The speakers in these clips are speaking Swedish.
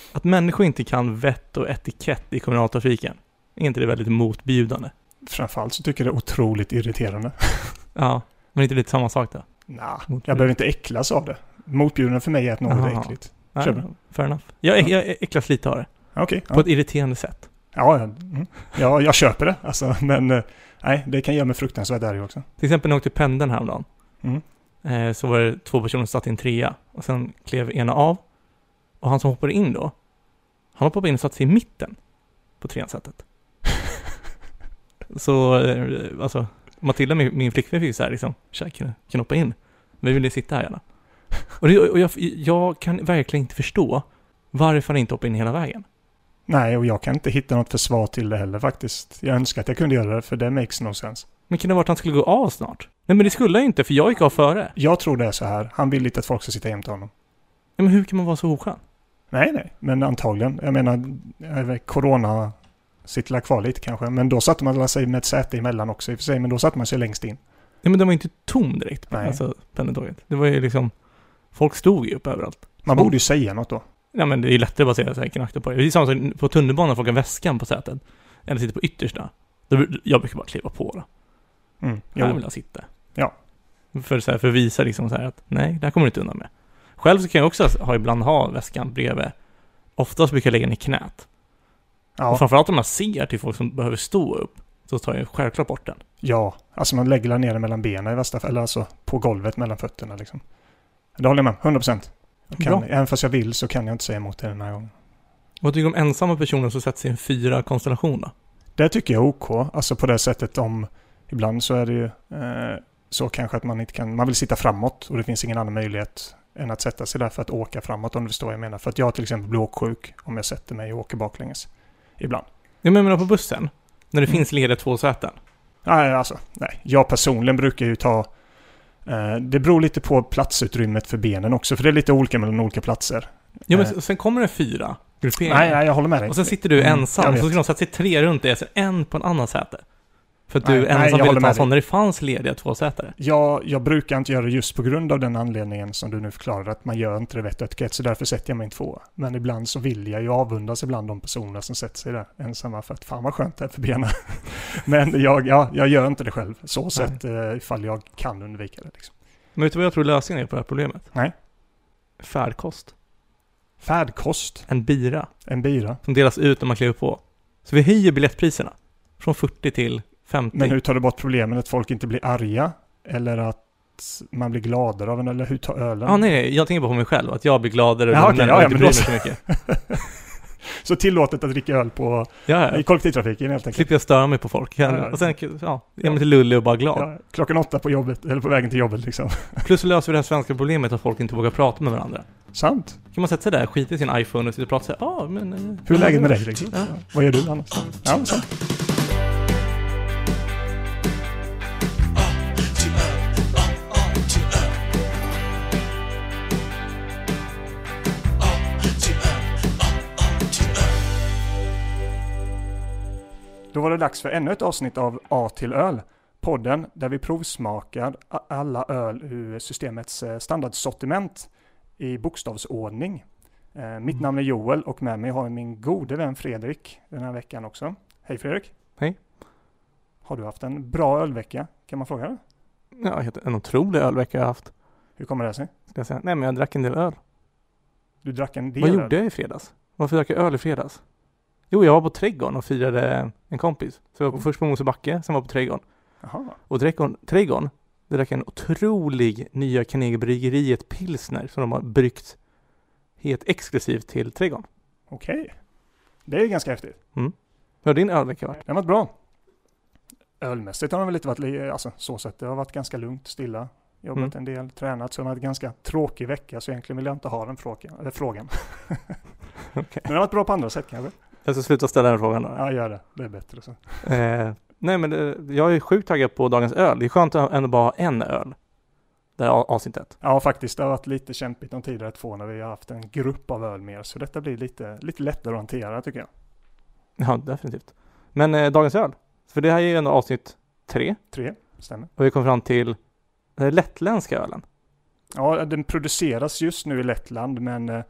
Att människor inte kan vett och etikett i kommunaltrafiken, är inte det väldigt motbjudande? Framförallt så tycker jag det är otroligt irriterande. Ja, men inte lite samma sak då? Nej, jag behöver inte äcklas av det. Motbjudande för mig är att något är äckligt. Nej, fair enough. Jag äcklas lite av det. Okay, på ett irriterande sätt. Ja, jag köper det. Alltså, men nej, det kan göra mig fruktansvärt arg också. Till exempel när jag åkte pendeln häromdagen. Så var det 2 personer som satt i en 3. Och sen klev ena av. Och han som hoppade in då, han hoppade in och satt sig i mitten på 3-sättet. Så, alltså, Matilda, min flickvän, fick så här liksom, kan hoppa in. Men vill sitta här gärna. Och jag kan verkligen inte förstå varför han inte hoppar in hela vägen. Nej, och jag kan inte hitta något försvar till det heller faktiskt. Jag önskar att jag kunde göra det, för det makes no sense. Men kan det vara att han skulle gå av snart? Nej, men det skulle jag inte, för jag gick av före. Jag tror det är så här. Han vill inte att folk ska sitta jämte honom. Ja, men hur kan man vara så oskön? Nej, men antagligen. Jag menar, corona sitter kvar lite kanske. Men då satte man sig med ett säte emellan också i och för sig. Men då satte man sig längst in. Ja, men det var inte tom direkt på pendeltåget. Det var ju liksom, folk stod ju upp överallt. Man borde ju säga något då. Ja, men det är lättare att bara säga så här, knakta på det. Det är samma sak på tunnelbanan, folk har väskan på sätet. Eller sitter på yttersta. Jag brukar bara kliva på då. Jag vill sitta. Ja. För att visa liksom så här att nej, det här kommer du inte undan med. Själv så kan jag också ibland ha väskan bredvid. Oftast brukar jag lägga den i knät. Ja. Och framförallt om man ser till folk som behöver stå upp, så tar jag självklart bort den. Ja, alltså man lägger ner den mellan benen i värsta fall, eller alltså på golvet mellan fötterna liksom. Det håller jag med, 100%. Även fast jag vill så kan jag inte säga emot det den här gången. Vad tycker du om ensamma personer som sätter sig i en 4-konstellation då? Det tycker jag är OK. Alltså på det sättet ibland så är det ju så kanske att man inte kan, man vill sitta framåt och det finns ingen annan möjlighet än att sätta sig där för att åka framåt, om du förstår vad jag menar. För att jag till exempel blir åksjuk om jag sätter mig och åker baklänges. Ibland. Jag menar på bussen, när det finns lediga 2 säten. Nej, jag personligen brukar ju ta det beror lite på platsutrymmet för benen också, för det är lite olika mellan olika platser. Ja, men sen kommer det 4 grupperingar. Nej, jag håller med dig. Och sen sitter du ensam, och så ska de sätta sig 3 runt dig, så en på en annan säte. För att du ensam ville ta en sån när det fanns lediga 2 sätare. Jag brukar inte göra det just på grund av den anledningen som du nu förklarade, att man gör inte det vett och etikett, så därför sätter jag mig in 2. Men ibland så vill jag ju avundas ibland de personer som sätter sig där ensamma, för att fan vad skönt det är för benen. Men jag gör inte det själv, så sett ifall jag kan undvika det liksom. Men vet du vad jag tror lösningen är på det här problemet? Nej. Färdkost. Färdkost? En bira. Som delas ut när man kliver på. Så vi höjer biljettpriserna från 40 till 50. Men hur tar du bort problemet att folk inte blir arga? Eller att man blir gladare av den? Eller hur tar ölen? Nej, jag tänker bara på mig själv. Att jag blir gladare och inte bryr mig så mycket. Så tillåtet att dricka öl i kollektivtrafiken helt enkelt. Slipper jag störa mig på folk. Och sen är man till lullig och bara glad. Ja, 8:00 på jobbet, eller på vägen till jobbet liksom. Plus så löser vi det här svenska problemet att folk inte vågar prata med varandra. Sant. Kan man sätta sig där, skita i sin iPhone och sitta och prata och säga, hur är läget med dig liksom? Ja. Vad gör du annars? Ja, sant. Då var det dags för ännu ett avsnitt av A till öl, podden där vi provsmakar alla öl ur systemets standardsortiment i bokstavsordning. Mitt namn är Joel och med mig har jag min gode vän Fredrik den här veckan också. Hej Fredrik. Hej. Har du haft en bra ölvecka, kan man fråga det? Ja, en otrolig ölvecka jag har haft. Hur kommer det sig? Nej, men jag drack en del öl. Du drack en del öl? Vad gjorde jag i fredags? Varför drack jag öl i fredags? Jo, jag var på Trädgården och firade en kompis. Så jag var först på Mosebacke, sen var på Trädgården. Aha. Och Trädgården, det drack en otrolig nya Carnegie-bryggeriet pilsner som de har bryggt helt exklusivt till Trädgården. Okej. Det är ganska häftigt. Hur har din ölvecka varit? Den har varit bra. Ölmässigt har den väl lite varit, alltså så sett, det har varit ganska lugnt, stilla. Jobbat en del, tränat, så det har varit en ganska tråkig vecka, så egentligen vill jag inte ha den frågan. Okay. Men det har varit bra på andra sätt kanske. Jag ska sluta ställa den frågan då. Ja, gör det. Det är bättre så. Nej, men jag är sjukt taggad på dagens öl. Det är skönt att ändå bara ha en öl. Det här avsnittet. Ja, faktiskt. Det har varit lite kämpigt de tidigare 2 när vi har haft en grupp av öl mer. Så detta blir lite lättare att hantera, tycker jag. Ja, definitivt. Men dagens öl. För det här är ju ändå avsnitt 3. 3, stämmer. Och vi kom fram till den lettländska ölen. Ja, den produceras just nu i Lettland, men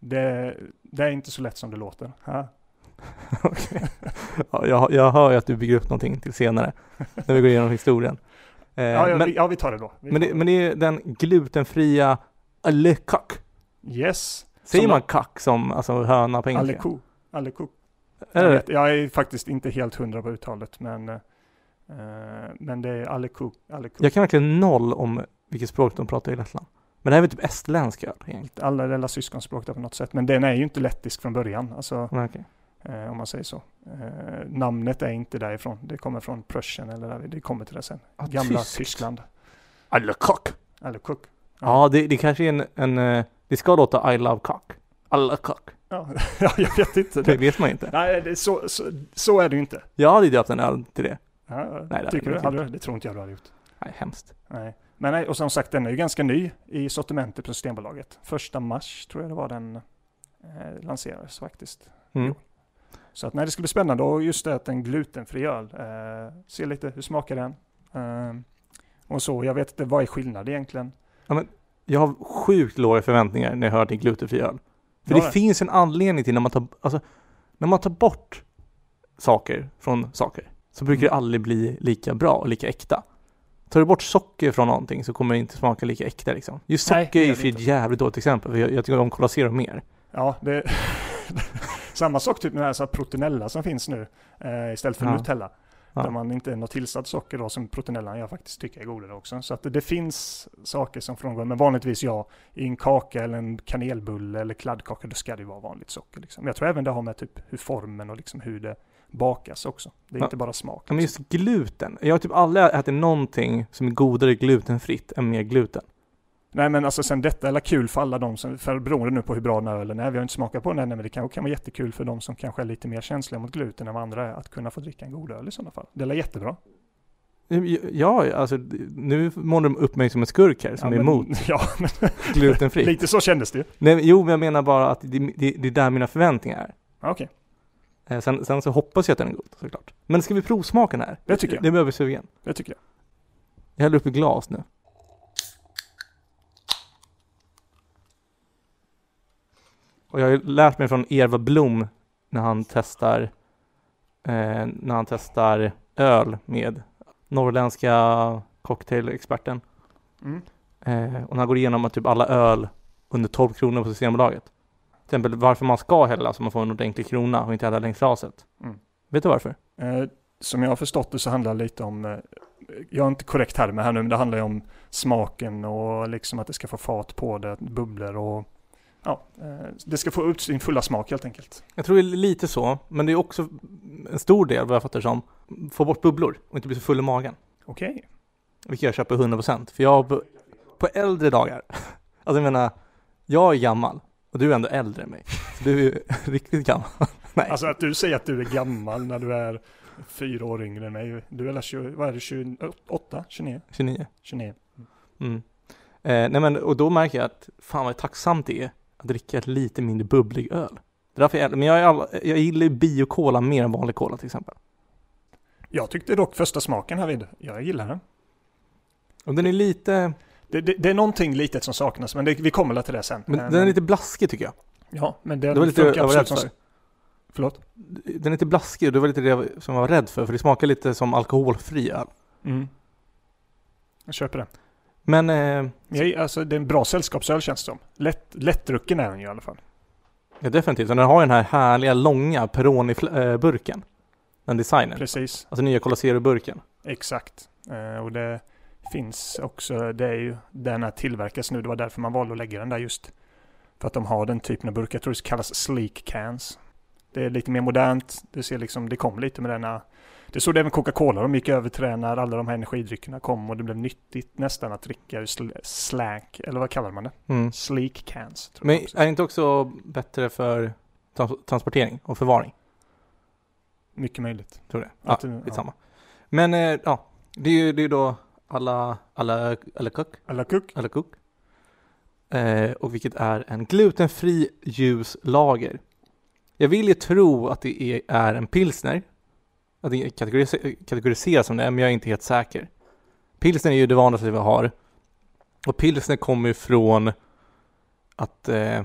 Det är inte så lätt som det låter. Okay. Ja, jag hör ju att du bygger upp någonting till senare när vi går igenom historien. Vi tar det då. Men det är den glutenfria le coq. Yes. Säger man kack som alltså höna på engelska? Le coq. Jag är faktiskt inte helt 100 på uttalet, men det är le coq. Jag kan verkligen noll om vilket språk de pratar i Lettland. Men det här är väl typ estländska egentligen. Alla syskonspråk där på något sätt. Men den är ju inte lettisk från början. Alltså, okay. Om man säger så. Namnet är inte därifrån. Det kommer från Prussian eller där. Det kommer till det sen. Gamla Tyskland. Le coq. Le coq. Ja, det kanske är en det ska låta I love cock. Le coq. Ja, jag vet inte. Det vet man inte. Nej, så är det ju inte. Jag hade döpt en öl till det. Ja, nej, tycker du? Det tror inte jag du hade gjort. Nej, hemskt. Nej. Men nej, och som sagt, den är ju ganska ny i sortimentet på Systembolaget. 1 mars tror jag det var den lanserades faktiskt. Så att nej, det ska bli spännande, och just det att en glutenfri öl. Se lite, hur smakar den? Och så, jag vet inte, vad är skillnad egentligen? Ja, men jag har sjukt låga förväntningar när jag hör till glutenfri öl. För det finns en anledning till när man tar bort saker från saker så brukar det aldrig bli lika bra och lika äkta. Tar du bort socker från någonting så kommer det inte smaka lika äkta liksom. Just socker är ju ett jävligt dåligt exempel, för jag tycker om Cola Zero mer. Ja, det samma sak typ med den här proteinella som finns nu istället för Nutella. Där man inte har tillsatt socker då, som proteinellan jag faktiskt tycker är godare också. Så att det finns saker som frångår, men vanligtvis i en kaka eller en kanelbulle eller kladdkaka, då ska det vara vanligt socker liksom. Men jag tror även det har med typ hur formen och liksom hur det bakas också. Det är inte bara smak. Liksom. Men just gluten. Jag har typ aldrig ätit någonting som är godare glutenfritt än mer gluten. Nej, men alltså sen detta är la kul för alla de som, för beroende nu på hur bra den är ölen är. Vi har inte smakat på den än, men det kan vara jättekul för de som kanske är lite mer känsliga mot gluten än vad andra är, att kunna få dricka en god öl i sådana fall. Det är jättebra. Ja, alltså nu målar de upp mig som en skurk här som är emot glutenfritt. Lite så kändes det ju. Nej, jo, men jag menar bara att det är där mina förväntningar är. Okej. Sen så hoppas jag att den är god, såklart. Men ska vi provsmaka den här? Det tycker jag. Det behöver vi sugen. Det tycker jag. Jag häller upp i glas nu. Och jag har lärt mig från Erva Blom när han testar öl med norrländska cocktailexperten. Och när han går igenom att typ alla öl under 12 kronor på Systembolaget. Till exempel varför man ska hälla så man får en ordentlig krona och inte hälla längs glaset. Vet du varför? Som jag har förstått det så handlar det lite om, jag är inte korrekt här med här nu, men det handlar ju om smaken och liksom att det ska få fart på det, bubblor och det ska få ut sin fulla smak helt enkelt. Jag tror det är lite så, men det är också en stor del vad jag fattar som få bort bubblor och inte bli så full i magen. Okej. Vilket jag köper 100%. För jag på äldre dagar, alltså jag menar, jag är gammal och du är ändå äldre än mig. Så du är riktigt gammal. Nej. Alltså att du säger att du är gammal när du är 4 år yngre än mig. Du är 28, 29? 29. Nej men, och då märker jag att fan vad tacksamt det är att dricka ett lite mindre bubblig öl. Därför jag gillar bio-cola mer än vanlig cola till exempel. Jag tyckte dock första smaken här vid. Jag gillar den. Och den är lite... Det är någonting litet som saknas, men vi kommer till det sen. Men den är lite blaskig tycker jag. Ja, men det var lite absolut som... Förlåt? Den är lite blaskig och det var lite det som jag var rädd för det smakar lite som alkoholfri öl. Jag köper det. Men alltså, det är en bra sällskapsöl känns det som. Lättdrucken är den ju i alla fall. Ja, definitivt. Och den har ju den här härliga långa Peroni-burken. Den designen. Precis. Alltså nya Cola Zero-burken. Exakt. Och det finns också, det är ju den här tillverkas nu. Det var därför man valde att lägga den där just. För att de har den typen av burkar. Jag tror det kallas sleek cans. Det är lite mer modernt. Det ser liksom, det kom lite med denna. Det såg även Coca-Cola. De gick över till det när alla de här energidryckerna kom och det blev nyttigt nästan att dricka slank, eller vad kallar man det? Sleek cans. Tror men är det inte också bättre för transportering och förvaring? Mycket möjligt. Tror det. Ja, det är samma. Men det är ju då alla cook. Och vilket är en glutenfri ljuslager. Jag vill ju tro att det är en pilsner. Att det kategoriseras som det, men jag är inte helt säker. Pilsner är ju det vanligaste vi har. Och pilsner kommer ju från att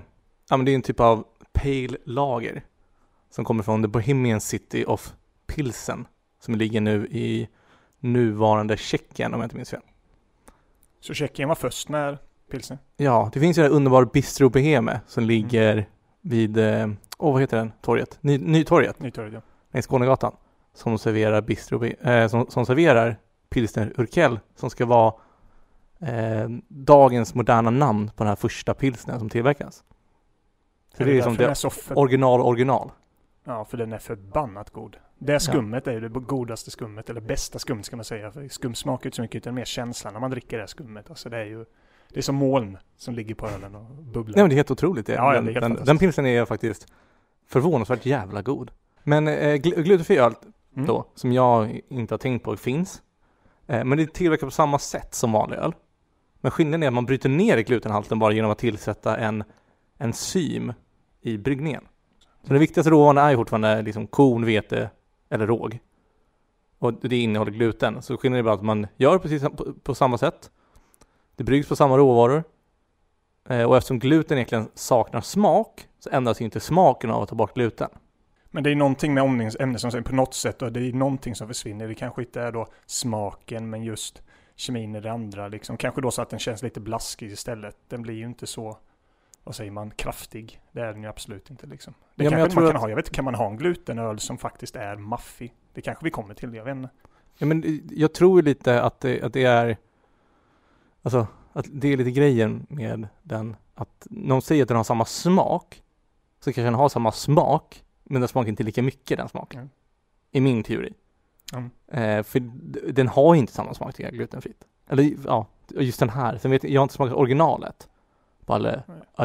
Ja, men det är en typ av pale lager som kommer från the Bohemian City of Pilsen, som ligger nu i nuvarande Tjeckien, om jag inte minns fel. Så Tjeckien var först med pilsen? Ja, det finns ju en underbar Bistro Boheme som ligger vid, vad heter den? Torget? Nytorget. Nytorget, ja. Längs Skånegatan. Som serverar som serverar pilsner Urquell, som ska vara dagens moderna namn på den här första pilsnern som tillverkas. Så det är som det original. Ja, för den är förbannat god. Det skummet är ju det godaste skummet, eller bästa skummet ska man säga. För skum smakar inte så mycket, utan mer känslan när man dricker det skummet. Alltså det är som moln som ligger på ölen och bubblar. Nej, men det är helt otroligt. Ja, den pilsen är faktiskt förvånansvärt jävla god. Men glutenfri öl då, som jag inte har tänkt på, finns. Men det tillverkas på samma sätt som vanlig öl. Men skillnaden är att man bryter ner glutenhalten bara genom att tillsätta en enzym i bryggningen. Så den viktigaste råvaran är fortfarande liksom korn, vete eller råg. Och det innehåller gluten. Så skillnaden är bara att man gör precis på samma sätt. Det bryggs på samma råvaror. Och eftersom gluten egentligen saknar smak så ändras inte smaken av att ta bort gluten. Men det är någonting med omningsämnen som på något sätt, och det är någonting som försvinner. Det kanske inte är då smaken, men just kemin i det andra. Liksom. Kanske då så att den känns lite blaskig istället. Den blir ju inte så, vad säger man, kraftig. Det är den ju absolut inte. Liksom. Det ja, kanske man kan ha. Jag vet inte, kan man ha en glutenöl som faktiskt är maffig? Det kanske vi kommer till, jag vet inte. Ja, men jag tror lite att det är, alltså, att det är lite grejen med den. Att någon säger att den har samma smak, så kanske den har samma smak, men den smakar inte lika mycket, den smaken. I min teori. För den har inte samma smak till glutenfritt. Eller ja, just den här. Sen vet jag har inte smakat originalet på alla.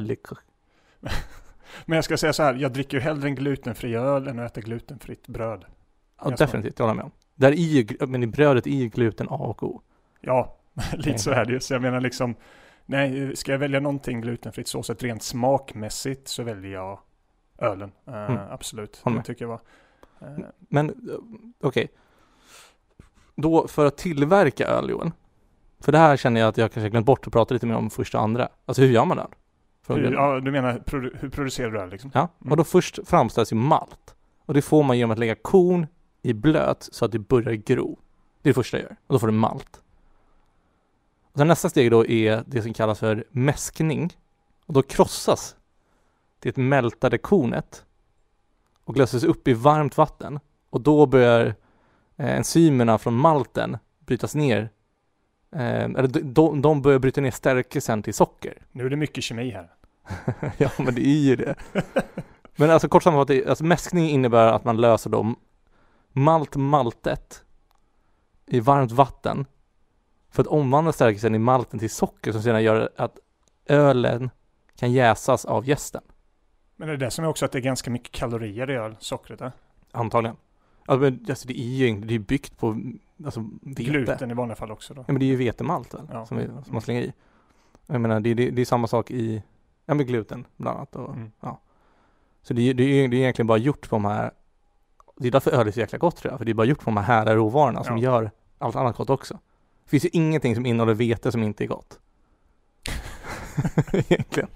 Men jag ska säga så här, jag dricker ju hellre en glutenfri öl än att äta glutenfritt bröd. Ja, definitivt, jag håller med om. Men i brödet är ju gluten A och O. Ja, lite så är det ju. Så jag menar liksom, nej, ska jag välja någonting glutenfritt så att rent smakmässigt så väljer jag ölen. Absolut. Det tycker jag var. Men okej. Då för att tillverka öl, Johan. För det här känner jag att jag kanske glömt bort att prata lite mer om första och andra. Alltså hur gör man öl? Ja, du menar hur producerar du öl liksom? Ja, och då först framställs ju malt. Och det får man genom att lägga korn i blöt så att det börjar gro. Det är det första jag gör. Och då får du malt. Och sen nästa steg då är det som kallas för mäskning. Och då krossas det mältade kornet och löses upp i varmt vatten. Och då börjar enzymerna från malten brytas ner. Eller de börjar bryta ner stärkelsen till socker. Nu är det mycket kemi här. Ja, men det är ju det. Men alltså kort sammanfattat, alltså mäskning innebär att man löser då maltet i varmt vatten för att omvandla stärkelsen i malten till socker som sedan gör att ölen kan jäsas av jästen. Men det är det som är också att det är ganska mycket kalorier i öl, sockret där? Antagligen. Alltså det är ju byggt på vete. Gluten i vanliga fall också då? Ja, men det är ju vetemalt väl, som man slänger i. Jag menar, det är samma sak i med gluten bland annat. Och, ja. Så det är egentligen bara gjort på de här, det är därför öl är så jäkla gott tror jag, för det är bara gjort på de här härliga råvarorna som gör allt annat gott också. Det finns ju ingenting som innehåller vete som inte är gott. Egentligen.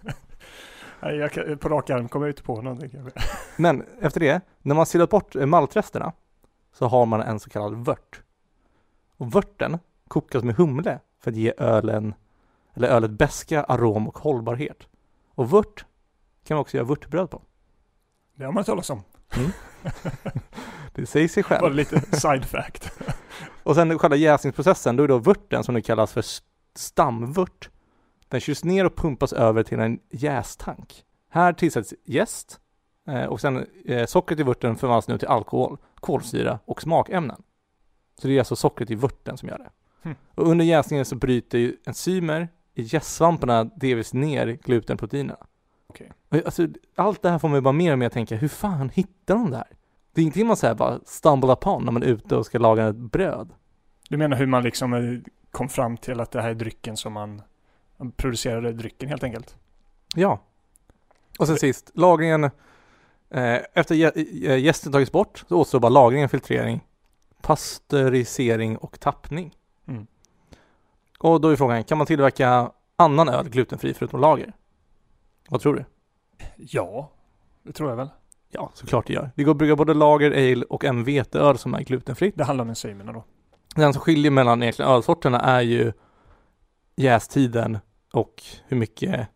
Jag kan, på rak arm kommer ut på någonting. Men efter det, när man silat bort maltresterna så har man en så kallad vört. Och vörten kokas med humle för att ge ölet beska, arom och hållbarhet. Och vört kan man också göra vörtbröd på. Det har man talat om. Det säger sig själv. Bara lite side fact. Och sen själva jäsningsprocessen, då är då vörten som det kallas för stamvört. Den kyls ner och pumpas över till en jästank. Här tillsätts jäst och sen sockret i vörten förvandlas nu till alkohol, kolsyra och smakämnen. Så det är alltså sockret i vörten som gör det. Och under jäsningen så bryter ju enzymer i jästsvamparna delvis ner glutenproteinerna. Okay. Alltså, allt det här får man ju bara mer och mer tänka, hur fan hittar de det här? Det är ingenting man säger bara stumble upon när man är ute och ska laga ett bröd. Du menar hur man liksom kom fram till att det här är drycken som man producerade drycken helt enkelt? Ja. Och sen sist, lagringen. Efter jästen tagits bort så återstår bara lagring, filtrering, pasteurisering och tappning. Och då är frågan, kan man tillverka annan öl glutenfri förutom lager? Vad tror du? Ja, det tror jag väl. Ja, såklart det gör. Det går att brygga både lager, ale och en veteöl som är glutenfritt. Det handlar om enzymerna då. Den som skiljer mellan egentligen ölsorterna är ju jästiden och hur mycket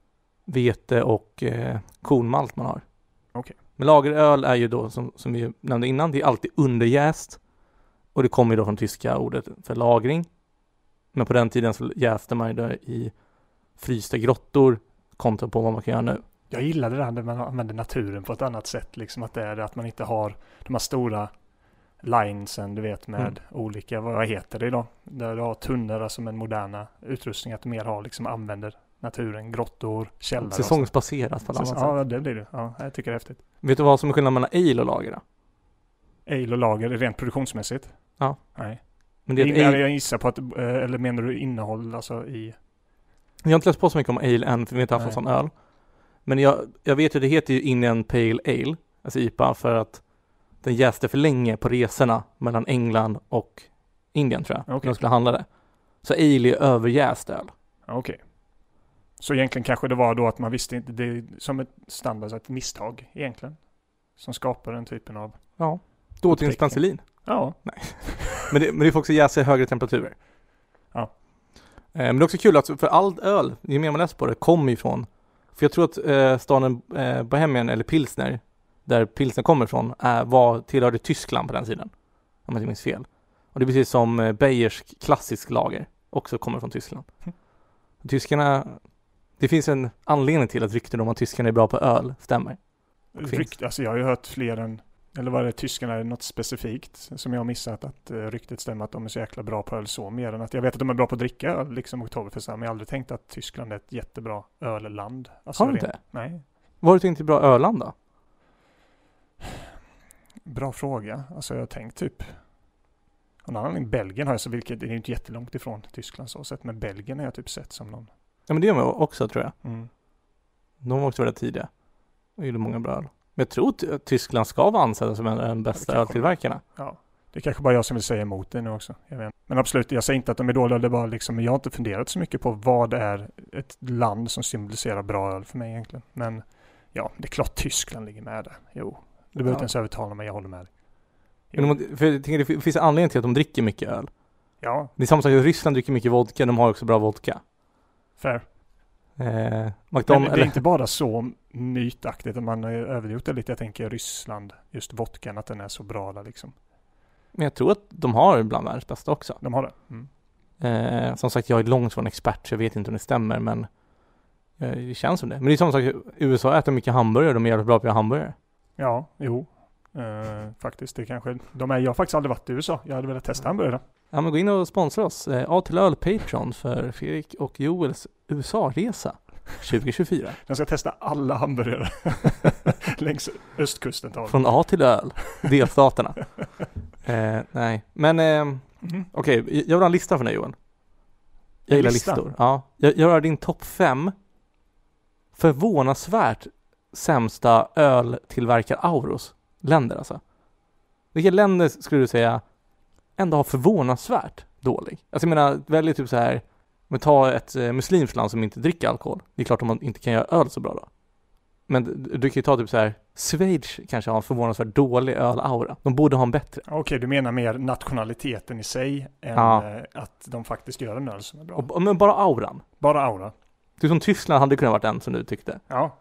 vete och kornmalt man har. Okej. Men lageröl är ju då, som vi nämnde innan, det är alltid underjäst. Och det kommer ju då från tyska ordet för lagring. Men på den tiden så jäste man ju där i frysta grottor kontra på vad man kan göra nu. Jag gillade det här när man använder naturen på ett annat sätt. Liksom att det är att man inte har de här stora linesen, du vet, med olika, vad heter det idag? Där du har tunnor som en moderna utrustning, att du mer har liksom använder naturen, grottor, källare. Säsongsbaserat på ett annat sätt. Ja, det blir det. Ja, jag tycker det är häftigt. Vet du vad som är skillnaden mellan ale och lager då? Ale och lager är rent produktionsmässigt? Ja. Nej. Men det är jag gissar på att, eller menar du innehåll alltså i... Jag har inte läst på så mycket om ale än, för vi har inte haft en sån öl. Men jag vet ju, det heter ju Indian Pale Ale, alltså IPA, för att den jäste för länge på resorna mellan England och Indien, tror jag. Okay. De skulle handla det. Så ale är överjäst öl. Okej. Så egentligen kanske det var då att man visste inte, det är som ett standard, ett misstag egentligen. Som skapar den typen av... Ja, dåtidens penicillin. Ja. Nej. men det får också jäsa i högre temperaturer. Ja. Men det är också kul att för all öl, ju mer man läser på det, kommer ifrån. För jag tror att staden Bohemien eller Pilsner, där Pilsner kommer ifrån, tillhörde Tyskland på den sidan. Om jag inte minns fel. Och det är precis som Beyers klassisk lager också kommer från Tyskland. Tyskarna, det finns en anledning till att rykten om att tyskarna är bra på öl stämmer. Alltså jag har ju hört fler än, eller vad är det, tyskarna är något specifikt som jag har missat, att ryktet stämmer att de är så jäkla bra på öl, så mer än att jag vet att de är bra på att dricka öl, liksom Oktoberfest, men jag har aldrig tänkt att Tyskland är ett jättebra ölland. Alltså, har du inte? Nej. Vad har du tänkt är bra ölland då? Bra fråga. Alltså jag har tänkt typ en annan, Belgien har jag, så vilket det är inte jättelångt ifrån Tyskland så sett, men Belgien har jag typ sett som någon. Ja, men det gör man också, tror jag. Mm. De var också väldigt tidiga och gjorde många bra öl. Men jag tror att Tyskland ska vara ansedd som den bästa öltillverkarna. Ja, det är kanske bara jag som vill säga emot det nu också. Jag vet. Men absolut, jag säger inte att de är dåliga, det är bara liksom, jag har inte funderat så mycket på vad är ett land som symboliserar bra öl för mig egentligen. Men ja, det är klart Tyskland ligger med där. Jo, du behöver inte ens övertala mig, jag håller med dig. Men för jag tänker, det finns en anledning till att de dricker mycket öl. Ja. Det är samma sak att Ryssland dricker mycket vodka, de har också bra vodka. Fair. Men det är inte bara så mytaktigt att man har överdrivet det lite. Jag tänker Ryssland, just vodkan, att den är så bra där liksom. Men jag tror att de har bland världens bästa också. De har det. Mm. Som sagt, jag är långt från expert så jag vet inte om det stämmer, men det känns som det. Men det är samma sak, USA äter mycket hamburgare, de är jävligt bra på hamburgare. Ja, jo. Faktiskt, det kanske... Jag har faktiskt aldrig varit i USA. Jag hade velat testa hamburgare. Ja, men gå in och sponsra oss. A till öl Patreon för Fredrik och Joels USA-resa 2024. Jag ska testa alla hamburgare längs östkusten. Från A till öl, delstaterna. Nej, men okej, jag vill ha en lista för dig, Joel. Jag gillar listor. Ja, jag gör din topp 5 förvånansvärt sämsta öltillverkar-auros länder alltså. Vilka länder skulle du säga ändå har förvånansvärt dålig? Alltså jag menar, väldigt typ så här, men ta ett muslimskt land som inte dricker alkohol. Det är klart att man inte kan göra öl så bra då. Men du kan ju ta typ så här, Schweiz kanske har en förvånansvärt dålig ölaura. De borde ha en bättre. Okej, du menar mer nationaliteten i sig än att de faktiskt gör en öl som är bra. Men bara auran. Bara aura. Du som Tyskland hade kunnat varit en som du tyckte. Ja.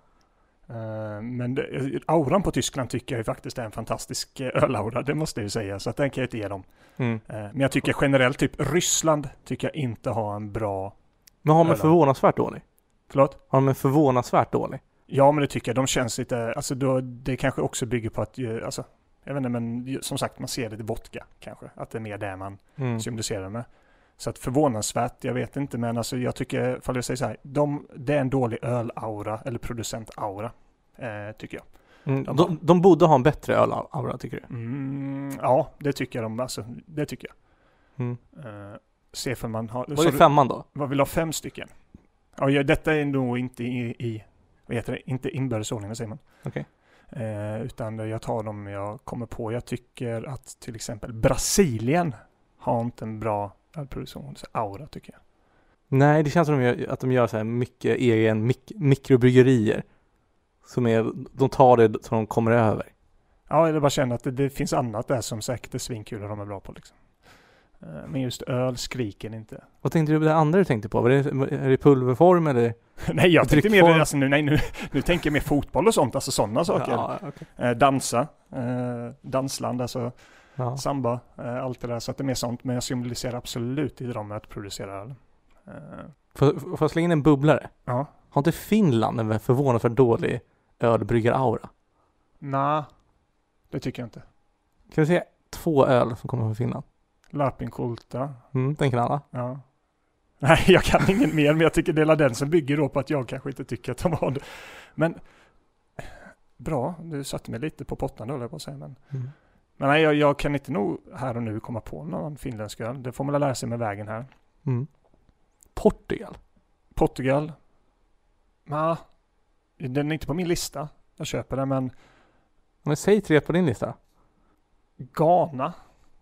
Men auran på Tyskland tycker jag ju faktiskt är en fantastisk ölaura, det måste jag ju säga, så att den kan jag inte ge dem. Men jag tycker generellt typ Ryssland tycker jag inte har en bra. Men har de en förvånansvärt dålig? Förlåt? Har de en förvånansvärt dålig? Ja, men det tycker jag. De känns lite, alltså det kanske också bygger på att, alltså, jag vet inte, men som sagt, man ser det i vodka kanske, att det är mer det man symboliserar med. Så att förvånansvärt, jag vet inte, men alltså jag tycker, ifall jag säger så här, det är en dålig ölaura eller producentaura, tycker jag. De borde ha en bättre ölaura, tycker du? Ja, det tycker jag alltså, det tycker jag. Se för man har... Vad är 5 då? Vad vill ha 5 stycken? Ja, detta är nog inte i vad heter det? Inte inbördesordning, säger man. Okej. Utan jag tar dem jag kommer på. Jag tycker att till exempel Brasilien har inte en bra ölproduktion, aura tycker jag. Nej, det känns som att de gör så här mycket egen mikrobryggerier. de tar det som de kommer över. Ja, eller bara känner att det finns annat där som säkert är svinkul och de är bra på liksom. Men just öl skriker inte. Vad tänkte du på det andra du tänkte på? Är det pulverform eller? Nej, jag tänkte mer alltså, nu tänker jag mer fotboll och sånt, alltså sådana saker. Ja, okay. Dansa, dansland, alltså samba, allt det där. Så att det är mer sånt, men jag symboliserar absolut i dem att producera öl. Får jag slänga in en bubblare? Ja. Har inte Finland en förvånansvärt dålig ölbryggar-aura? Nej, det tycker jag inte. Kan du säga 2 öl som kommer från Finland? Lapinkulta. Den kan alla. Ja. Nej, jag kan ingen mer, men jag tycker det är den som bygger då på att jag kanske inte tycker att de har det. Men bra, du satte mig lite på pottan då, jag på att säga. Men nej, jag kan inte nog här och nu komma på någon finländsk öl. Det får man lära sig med vägen här. Portugal. Nej, den är inte på min lista. Jag köper den, men... Men säg 3 på din lista. Ghana.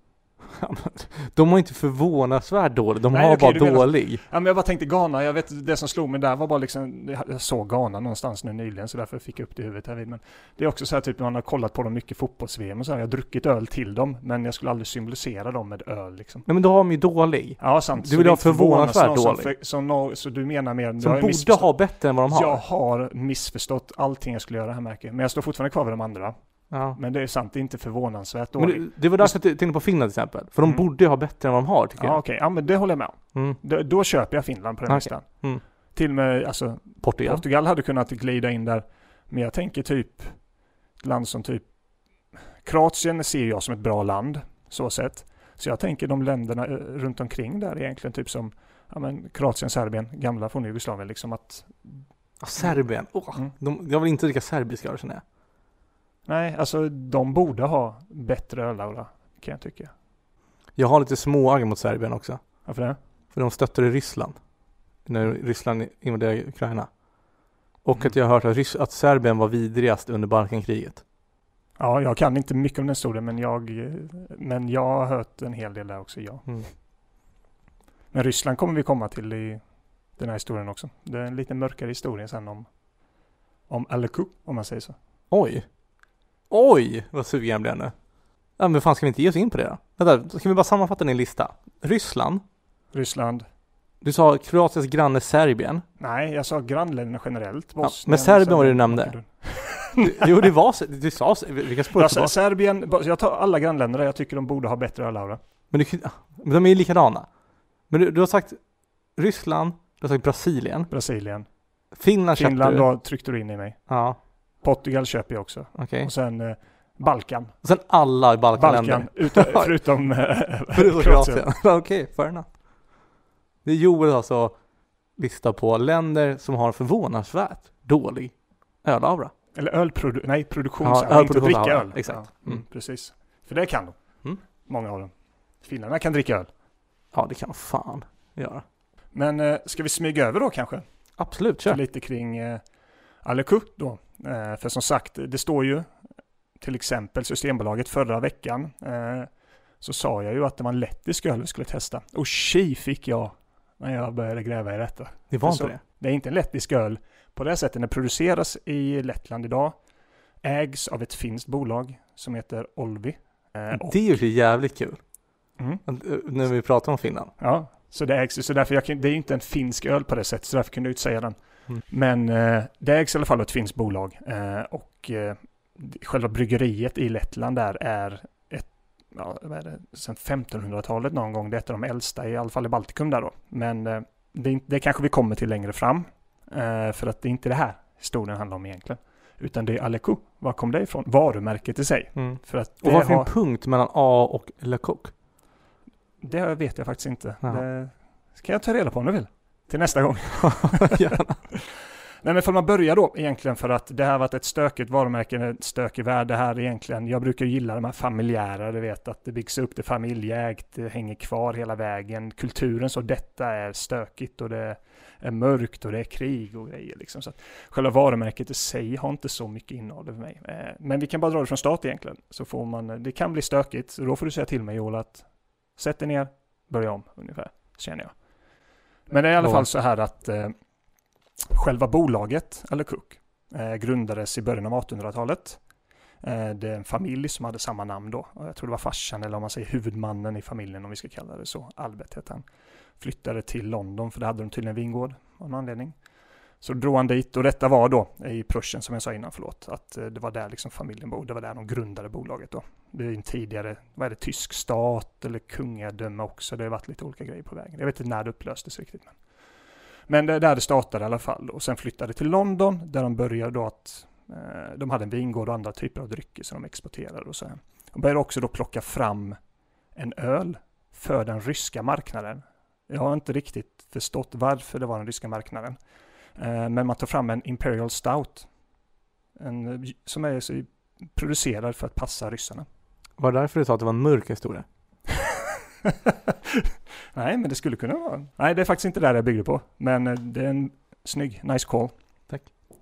De har inte förvånansvärt dålig. De har bara dålig. Ja, men jag bara tänkte Ghana. Jag vet, det som slog mig där var bara liksom... Jag såg Ghana någonstans nu nyligen, så därför fick jag upp det i huvudet här vid. Men det är också så här typ, man har kollat på dem mycket fotbolls-VM och så här. Jag har druckit öl till dem, men jag skulle aldrig symbolisera dem med öl liksom. Nej, men då har de ju dålig. Ja, sant. Du vill ha förvånansvärt dålig. Så du menar mer... Som borde ha bättre än vad de har. Jag har missförstått allting jag skulle göra här, märker. Men jag står fortfarande kvar vid de andra. Ja. Men det är sant, det är inte förvånansvärt dåligt. Men det var därför jag tänkte på Finland till exempel. För de borde ha bättre än vad de har, tycker jag. Ja, okej. Ja, men det håller jag med om. Då köper jag Finland på den listan. Till och med, alltså, Portugal hade kunnat glida in där. Men jag tänker typ ett land som typ Kroatien ser jag som ett bra land, så sett. Så jag tänker de länderna runt omkring där egentligen, typ som Kroatien, Serbien, gamla från Jugoslavien liksom att... Serbien? Jag vill inte dricka serbiska, känner jag. Nej, alltså de borde ha bättre ölaura, kan jag tycka. Jag har lite småagg mot Serbien också. Varför det? För de stöttade Ryssland när Ryssland invaderade Ukraina. Och att jag har hört att Serbien var vidrigast under Balkankriget. Ja, jag kan inte mycket om den historien, men jag har hört en hel del där också, ja. Men Ryssland kommer vi komma till i den här historien också. Det är en lite mörkare historia sen om Aleku, om man säger så. Oj, vad sugen jag blir nu. Ja, men fan, ska vi inte ge oss in på det då? Vänta, ska vi bara sammanfatta din lista? Ryssland. Du sa Kroatiens granne Serbien. Nej, jag sa grannländerna generellt. Ja, men Serbien var det du nämnde. Jo, det var... Du sa... Vilka spår jag sa Serbien... Jag tar alla grannländer där jag tycker de borde ha bättre ölaura. Men de är ju likadana. Men du har sagt Ryssland, du har sagt Brasilien. Finland då tryckte du in i mig. Ja. Portugal köper jag också. Okay. Och sen Balkan. Och sen alla Balkanländer. Förutom Kroatien. Okej, fair enough. Det är Joel alltså lista på länder som har förvånansvärt dålig ölaura. Eller produktionsaura. Inte dricka öl. Exakt. Ja, precis. För det kan de. Många av dem. Finnarna kan dricka öl. Ja, det kan de fan göra. Men ska vi smyga över då kanske? Absolut, kör. Lite kring Aleku då. För som sagt, det står ju till exempel Systembolaget förra veckan så sa jag ju att det var en lettisk öl vi skulle testa. Och fick jag när jag började gräva i detta. Det var inte det? Det är inte en lettisk öl. På det sättet, den produceras i Lettland idag. Ägs av ett finskt bolag som heter Olvi. Det är ju jävligt kul. När vi pratar om Finland. Ja, så det ägs. Så därför det är inte en finsk öl på det sättet. Så därför kunde jag inte säga den. Men det ägs i alla fall av ett finskt bolag. Och själva bryggeriet i Lettland där är sen 1500-talet någon gång. Det är ett av de äldsta, i alla fall i Baltikum där då. Men det kanske vi kommer till längre fram. För att det är inte det här historien handlar om egentligen. Utan det är Aleku. Var kom det ifrån? Varumärket i sig. För att och varför en punkt mellan A och Lekok? Det vet jag faktiskt inte. Det ska jag ta reda på om du vill. Till nästa gång. Nej, men får man börja då egentligen, för att det här har varit ett stökigt varumärke, ett stökig värld det här egentligen. Jag brukar gilla de här familjära, du vet att det byggs upp, det familjeägt, det hänger kvar hela vägen. Kulturen så detta är stökigt och det är mörkt och det är krig och grejer liksom. Så att själva varumärket i sig har inte så mycket innehåll för mig. Men vi kan bara dra det från start egentligen. Så får man, det kan bli stökigt, så då får du säga till mig Joel att sätt dig ner, börja om ungefär, känner jag. Men det är i alla fall så här att själva bolaget, eller Cook, Grundades i början av 1800-talet. Det är en familj som hade samma namn då. Jag tror det var farsan, eller om man säger huvudmannen i familjen, om vi ska kalla det så. Albert hette han. Flyttade till London, för det hade de tydligen en vingård av någon anledning. Så drog han dit, och detta var då i Prussien, som jag sa innan, att det var där liksom familjen bodde. Det var där de grundade bolaget då. Det är en tidigare, vad är det, tysk stat eller kungadöme också. Det har varit lite olika grejer på vägen. Jag vet inte när det upplöstes riktigt. Men det är där det startade i alla fall. Och sen flyttade till London, där de började då att de hade en vingård och andra typer av drycker som de exporterade och så här. De började också då plocka fram en öl för den ryska marknaden. Jag har inte riktigt förstått varför det var den ryska marknaden. Men man tar fram en Imperial Stout. Som är så producerad för att passa ryssarna. Var det därför du sa att det var en mörk historia? Nej, men det skulle kunna vara. Nej, det är faktiskt inte där jag byggde på. Men det är en snygg, nice call. Tack.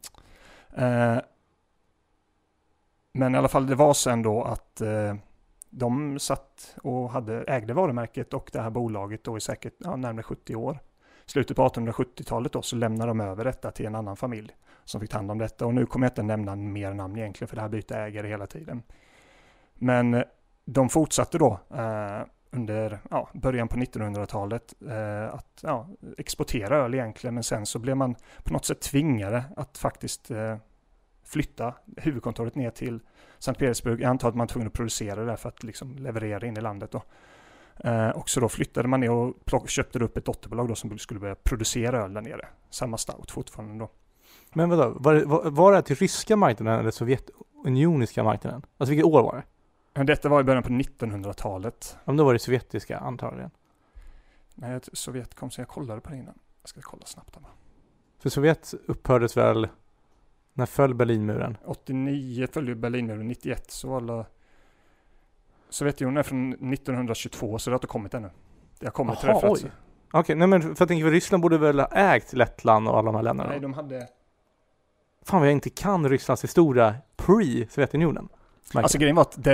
Men i alla fall, det var sen då att de satt och ägde varumärket och det här bolaget då i säkert närmare 70 år. Slutet på 1870-talet då, så lämnade de över detta till en annan familj som fick ta hand om detta. Och nu kommer jag inte nämna mer namn egentligen, för det här byter ägare hela tiden. Men de fortsatte då under början på 1900-talet att exportera öl egentligen. Men sen så blev man på något sätt tvingade att faktiskt flytta huvudkontoret ner till Sankt Petersburg. Jag antar att man var tvungen att producera det för att liksom leverera in i landet då. Och så då flyttade man ner och köpte upp ett dotterbolag då som skulle börja producera öl där nere. Samma stout fortfarande då. Men vadå? Var det till ryska marknaden eller sovjetunioniska marknaden? Alltså vilket år var det? Detta var i början på 1900-talet. Om det var det sovjetiska antagligen. Nej, Sovjet kom så jag kollade på det innan. Jag ska kolla snabbt här. För Sovjet upphördes väl när föll Berlinmuren? 89 föll ju Berlinmuren, 91 så var det Sovjetunionen är från 1922, så det har inte kommit ännu. Det har kommit till det. Okej, nej men för jag tänker, Ryssland borde väl ha ägt Lettland och alla de här länderna? Nej, de hade... Fan vad jag inte kan Rysslands historia pre-Sovjetunionen. Alltså grejen var att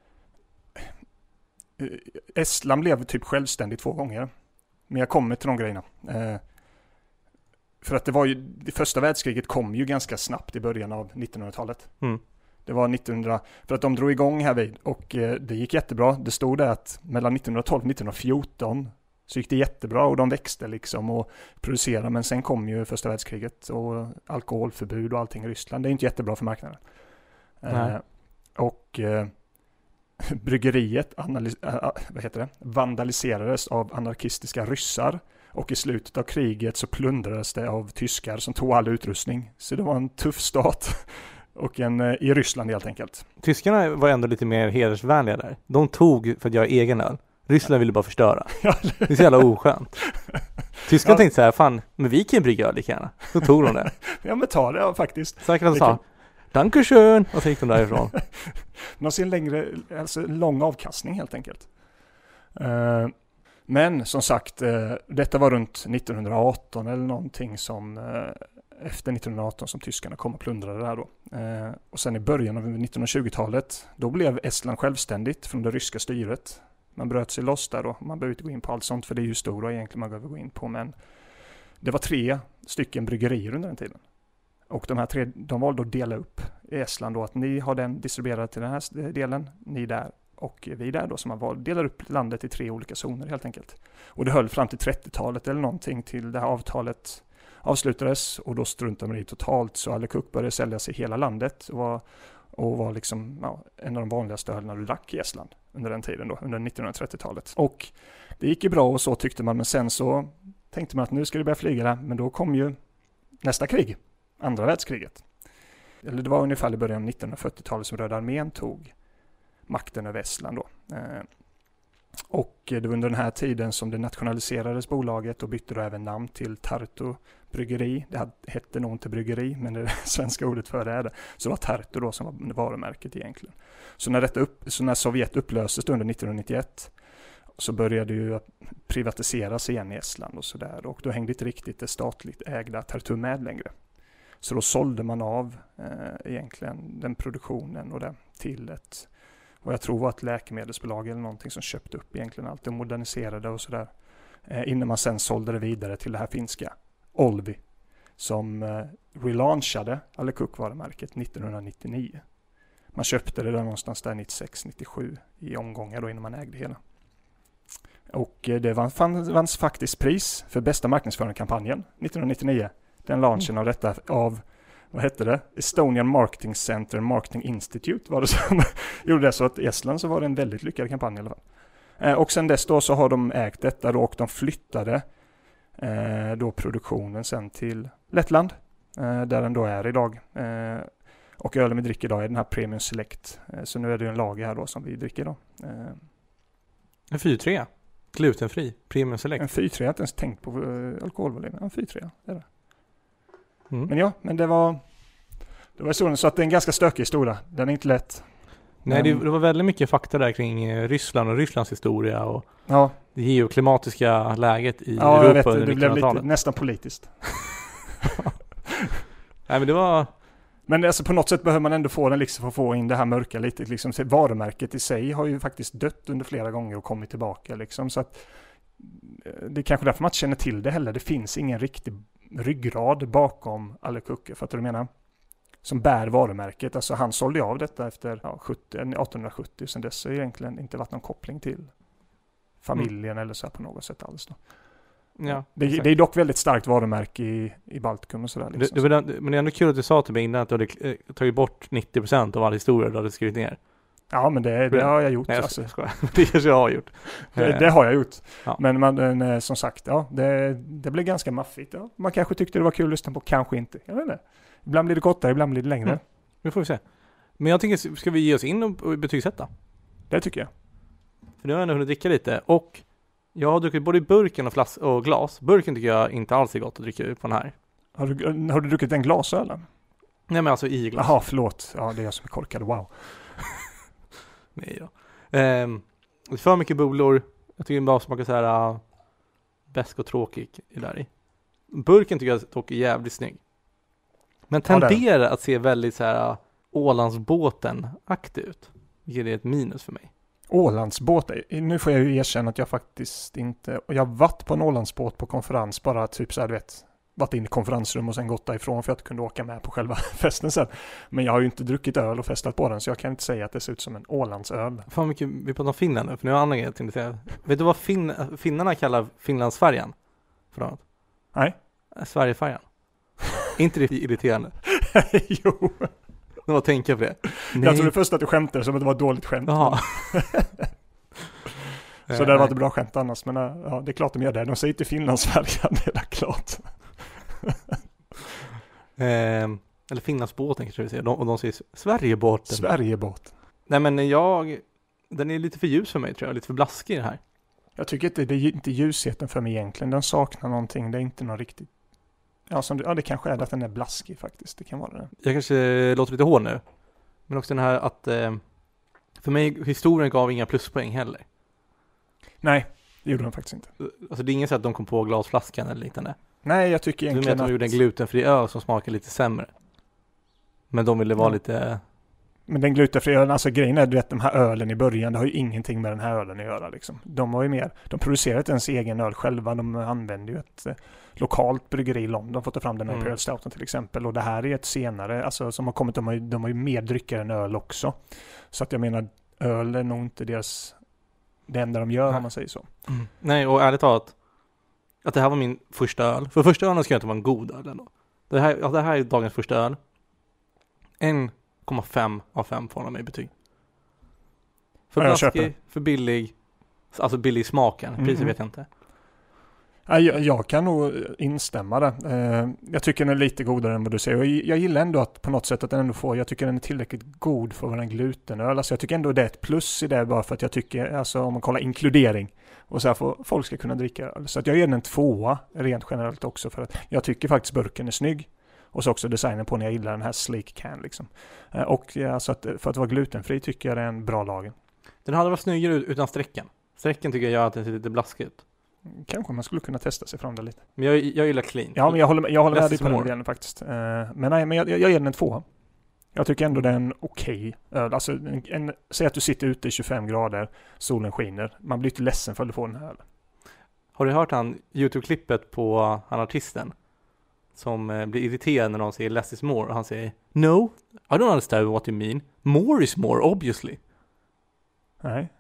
Estland blev typ självständigt 2 gånger. Men jag kommer till de grejerna. För att det första världskriget kom ju ganska snabbt i början av 1900-talet. Mm. Det var 1900, för att de drog igång här vid och det gick jättebra. Det stod där att mellan 1912 och 1914 så gick det jättebra och de växte liksom och producerade. Men sen kom ju första världskriget och alkoholförbud och allting i Ryssland. Det är inte jättebra för marknaden. Bryggeriet vandaliserades av anarkistiska ryssar. Och i slutet av kriget så plundrades det av tyskar som tog all utrustning. Så det var en tuff stat. Och i Ryssland helt enkelt. Tyskarna var ändå lite mer hedersvänliga där. De tog för att göra egen öl. Ryssland ville bara förstöra. Det är så jävla oskönt. Tyskarna tänkte så här, fan, men vi kan brygga öl lika gärna. Så tog de det. Ja, men ta det faktiskt. Säkert att de sa, Dankeschön, och så gick de därifrån. De ser en lång avkastning helt enkelt. Men som sagt, detta var runt 1918 eller någonting som efter 1918 som tyskarna kom och plundrade där då. Och sen i början av 1920-talet, då blev Estland självständigt från det ryska styret. Man bröt sig loss där då. Man behöver inte gå in på allt sånt, för det är ju stora egentligen man behöver gå in på. Men det var 3 stycken bryggerier under den tiden. Och de här 3, de valde att dela upp i Estland då, att ni har den distribuerad till den här delen, ni där och vi där då, som man delar upp landet i 3 olika zoner helt enkelt. Och det höll fram till 30-talet eller någonting till det här avtalet avslutades, och då struntade man i totalt, så Alle Cook började säljas i hela landet och var liksom en av de vanligaste ölerna du drack i Estland under den tiden då, under 1930-talet. Och det gick ju bra och så tyckte man, men sen så tänkte man att nu ska det börja flyga där, men då kom ju nästa krig, andra världskriget. Eller det var ungefär i början av 1940-talet som Röda armén tog makten över Estland då. Och det var under den här tiden som det nationaliserades bolaget och bytte då även namn till Tartu bryggeri. Det hette nog inte bryggeri, men det svenska ordet för det är det. Så det var Tartu då som var varumärket egentligen. Så när Sovjet upplöstes under 1991 så började ju privatiseras igen i Estland och sådär. Och då hängde inte riktigt det statligt ägda Tartu med längre. Så då sålde man av egentligen den produktionen och det till och jag tror var ett läkemedelsbolag eller någonting som köpte upp egentligen allt och moderniserade och sådär. Innan man sen sålde det vidare till det här finska Olvi, som relaunchade Alle Cook-varumärket 1999. Man köpte det där någonstans där 96-97 i omgångar då innan man ägde hela. Och det vanns faktiskt pris för bästa marknadsföringskampanjen 1999. Den launchen av detta av, vad hette det? Estonian Marketing Center Marketing Institute var det som gjorde det. Så att i Estland så var det en väldigt lyckad kampanj i alla fall. Och sen dess då så har de ägt detta då, och de flyttade då produktionen sen till Lettland. Där den då är idag. Och ölen vi dricker idag är den här Premium Select. Så nu är det en lager här då som vi dricker då. En 4-3. Glutenfri. Premium Select. En 4-3. Jag har inte ens tänkt på alkoholvolymen. En 4-3 är det. Men ja, men det var historien. Så att det är en ganska stökig historia. Den är inte lätt. Nej, det var väldigt mycket fakta där kring Ryssland och Rysslands historia och det geoklimatiska läget i Europa. Jag vet, det blev lite, nästan politiskt. Nej, men det var... Men alltså på något sätt behöver man ändå få den liksom för att få in det här mörka lite. Liksom, varumärket i sig har ju faktiskt dött under flera gånger och kommit tillbaka. Liksom, så att det är kanske därför man inte känner till det heller. Det finns ingen riktig ryggrad bakom Alle Cook, för att du menar. Som bär varumärket. Alltså han sålde av detta efter 1870. Sen dess har det egentligen inte varit någon koppling till familjen eller så här på något sätt alls. Då. Ja, det är dock väldigt starkt varumärke i Baltikum och sådär. Liksom. Men det är ändå kul att du sa till mig innan att du hade tagit bort 90% av alla historier du hade skrivit ner. Ja, men det har jag gjort. Nej, alltså. Det kanske jag har gjort. Det har jag gjort. Ja. Men som sagt, det blev ganska maffigt. Ja. Man kanske tyckte det var kul att lyssna på, kanske inte. Jag vet inte. Ibland blir det kortare, ibland blir det längre. Det får vi se. Men jag tänker, ska vi ge oss in och betygsätta? Det tycker jag. För nu har jag ändå hunnit dricka lite. Och jag har druckit både i burken och glas. Burken tycker jag inte alls är gott att dricka på den här. Har du druckit en glasöl? Nej, men alltså i glas. Jaha, förlåt. Ja, det är jag som är korkad. Wow. Nej då. För mycket bulor. Jag tycker den bara smakar så här besk och tråkig i där i. Burken tycker jag dock är jävligt snygg. Men tenderar att se väldigt så här Ålandsbåten-aktig ut. Vilket är ett minus för mig. Ålandsbåt. Nu får jag ju erkänna att jag faktiskt inte... Jag har varit på en Ålandsbåt på konferens. Bara typ så här, du vet... Varit in i konferensrum och sen gått därifrån för att jag kunde åka med på själva festen sen. Men jag har ju inte druckit öl och festat på den, så jag kan inte säga att det ser ut som en Ålandsöl. Fan mycket vi pratar om Finland nu, för nu har jag annan grej. Vet du vad finnarna kallar Finlandsfärjan? För något? Nej. Sverigefärjan. Inte det irriterande? Jo. Det var tänka på det. Nej. Jag trodde först att du skämtade som att det var ett dåligt skämt. Jaha. Så det var ett bra skämt annars. Men ja, det är klart de gör det. De säger inte Finlandsfärjan, det är klart. Eller Finlandsbåten kanske vi säger. De säger Sverigebåten. Sverigebåt. Nej, men den är lite för ljus för mig, tror jag. Lite för blaskig det här. Jag tycker inte det är inte ljusheten för mig egentligen. Den saknar någonting. Det är inte någon riktigt... Ja, det kanske är att den är blaskig faktiskt. Det kan vara det. Jag kanske låter lite hård nu. Men också den här att... för mig, historien gav inga pluspoäng heller. Nej, det gjorde de faktiskt inte. Alltså det är inget så att de kom på glasflaskan eller liknande. Nej, jag tycker egentligen att de gjorde en glutenfri öl som smakar lite sämre. Men de ville vara lite... Men den glutenfria ölen, alltså grejen är, du vet, de här ölen i början, det har ju ingenting med den här ölen att göra liksom. De har ju mer, de producerar inte ens egen öl själva, de använder ju ett lokalt bryggeri i London för att ta fram den här Imperial Stouten till exempel. Och det här är ett senare, alltså som har kommit, de har ju mer drycker än öl också. Så att jag menar, öl är nog inte det enda de gör, om man säger så. Nej, och ärligt talat, att det här var min första öl. För första ölen ska jag inte vara en god öl ändå. Det här är dagens första öl. 1,5 av 5 får de mig betyg. För blaskig, för billig. Alltså billig smaken. Priset vet jag inte. Jag kan nog instämma där. Jag tycker den är lite godare än vad du säger. Jag gillar ändå att på något sätt att den ändå får... Jag tycker den är tillräckligt god för att vara en glutenöl. Alltså jag tycker ändå det är ett plus i det, bara för att jag tycker... Alltså om man kollar inkludering. Och så här får folk ska kunna dricka öl. Så att jag ger den en 2 rent generellt också. För att jag tycker faktiskt burken är snygg. Och så också designen på när jag gillar den här sleek can liksom. Och alltså för att vara glutenfri tycker jag det är en bra lager. Den hade varit snyggare utan strecken. Strecken tycker jag gör att den ser lite blaskig ut. Kanske man skulle kunna testa sig fram det lite. Men jag gillar clean. Ja, men jag håller med dig på den delen faktiskt. Men jag ger den en 2. Jag tycker ändå det är en okej öl. Alltså, säg att du sitter ute i 25 grader, solen skiner. Man blir inte ledsen för att du får den här ölen. Har du hört YouTube-klippet på han artisten? som blir irriterad när någon säger less is more och han säger no, I don't understand what you mean. More is more, obviously. Nej.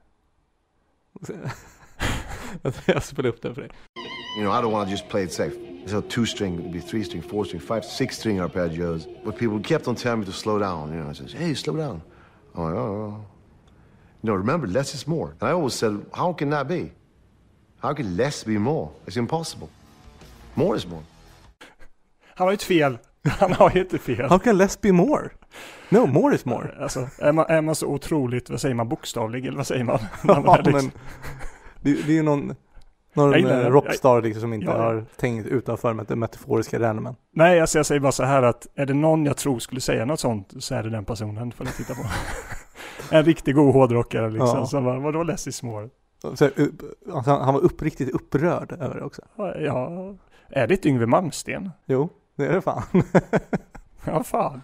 Jag spelar upp den för dig. You know, I don't want to just play it safe. So 2-string, it'd be 3-string, 4-string, 5, 6-string arpeggios. But people kept on telling me to slow down. You know, I said, hey, slow down. I'm like, oh. You know, remember, less is more. And I always said, how can that be? How can less be more? It's impossible. More is more. Han har ju inte fel. Han har ju inte fel. How can less be more? No, more is more. Alltså, är man så otroligt, vad säger man, bokstavlig, eller vad säger man? Ja, men det är ju någon rockstar liksom, som inte har tänkt utanför med det metaforiska realmen. Nej, alltså jag säger bara så här att är det någon jag tror skulle säga något sånt så är det den personen för att titta på. En riktigt god hårdrockare liksom. Ja. Så vadå less is more? Så, alltså, han var riktigt upprörd över det också. Ja, är det Yngwie Malmsteen? Jo, det är det fan. Ja, fan.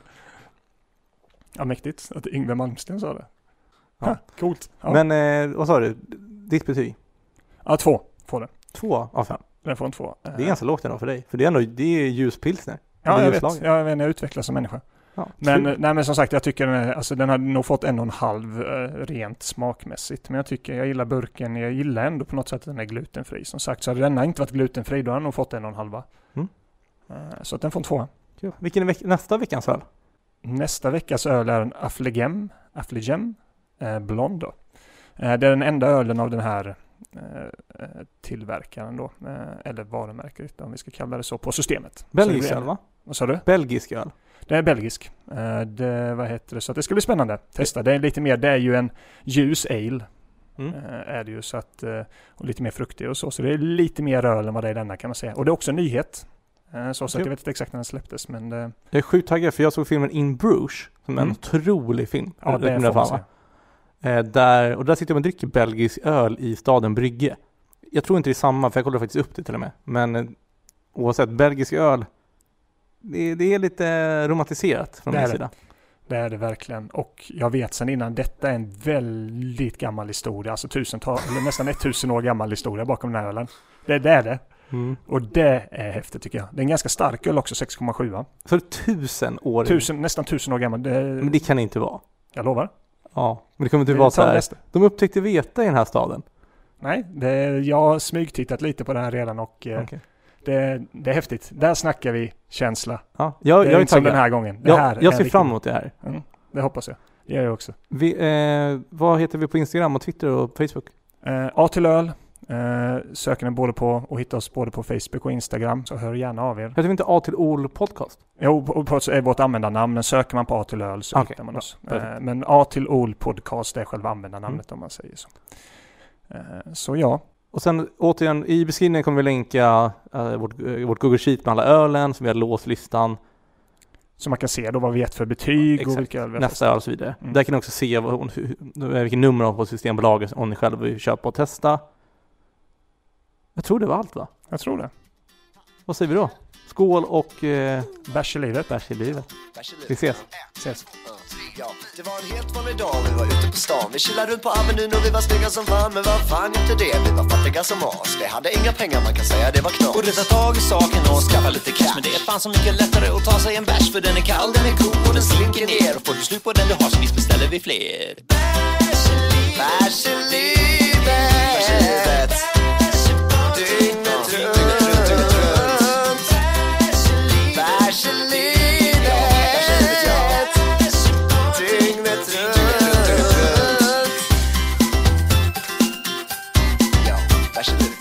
Ja, mäktigt att Yngwie Malmsteen sa det. Ja. Coolt. Ja. Men vad sa du? Ditt betyg? Ja, 2 får det. 2 av 5? Den får en 2. Det är ganska lågt ändå för dig. För det är ljuspilsner. Ja, jag vet. Jag utvecklas som människa. Ja, men som sagt, jag tycker den har nog fått 1,5 rent smakmässigt. Men jag gillar burken. Jag gillar ändå på något sätt att den är glutenfri. Som sagt, så hade den inte varit glutenfri, då har den nog fått 1,5. Så att den får en 2. Cool. Vilken är nästa veckans öl? Nästa veckas öl är en Affligem blond då. Det är den enda ölen av den här tillverkaren då. Eller varumärket om vi ska kalla det så, på systemet. Belgisk öl, va? Vad sa du? Belgisk öl. Det är belgisk. Vad heter det? Så att det ska bli spännande. Testa. Det är lite mer, det är ju en ljus ale. Är det ju, så att, och lite mer fruktig och så det är lite mer öl än vad det är denna, kan man säga. Och det är också en nyhet. Så att jag vet inte exakt när den släpptes, men jag är sjukt taggad för jag såg filmen In Bruges som är en otrolig film. Ja, det får man säga. Där sitter man och dricker belgisk öl i staden Brygge. Jag tror inte det är samma, för jag kollade faktiskt upp det till och med. Men oavsett, belgisk öl, det är lite romantiserat från min sida. Det är det verkligen. Och jag vet sedan innan, detta är en väldigt gammal historia. Alltså nästan 1000 år gammal historia bakom den här ölen. Det är det. Och det är häftigt tycker jag. Det är en ganska stark öl också, 6,7. Så 1000 år? Nästan 1000 år gammal. Men det kan det inte vara. Jag lovar. Ja, men det kommer inte vara så här. De upptäckte veta i den här staden. Nej, jag har smygtittat lite på det här redan och det är häftigt. Där snackar vi känsla. Ja, jag är inte som den här gången. Jag ser fram emot det här. Det hoppas jag. Det gör jag också. Vad heter vi på Instagram och Twitter och Facebook? A till öl. Söker ni både på och hittar oss både på Facebook och Instagram, så hör gärna av er. Heter vi inte A till Ol podcast? Jo, är vårt användarnamn, men söker man på A till öl så hittar man oss. Men A till Ol podcast är själva användarnamnet om man säger så. Så ja. Och sen återigen, i beskrivningen kommer vi länka vårt Google Sheet med alla ölen som vi har låst listan. Så man kan se då vad vi gett för betyg och vilka öl vi har nästa öl och så vidare. Där kan ni också se vilken nummer på Systembolaget om ni själva vill köpa och testa. Jag tror det var allt, va? Jag tror det. Vad säger vi då? Skål och bärs i livet. Bärs i livet. Vi ses. Ja, det var en helt vanlig dag, vi var ute på stan. Vi chillade runt på Avenyn och vi var snygga som fan. Men vad fan inte det, vi var fattiga som as. Vi hade inga pengar, man kan säga det var knas. Borde ta tag i saken och skaffa lite cash. Men det är fan så mycket lättare att ta sig en bärs. För den är kall, den är god och den slinker ner. Och får du slut på den du har så visst beställer vi fler. Bärs i livet. Dygnet runt. Bärs i livet. Dygnet runt. Ja, bärs i livet.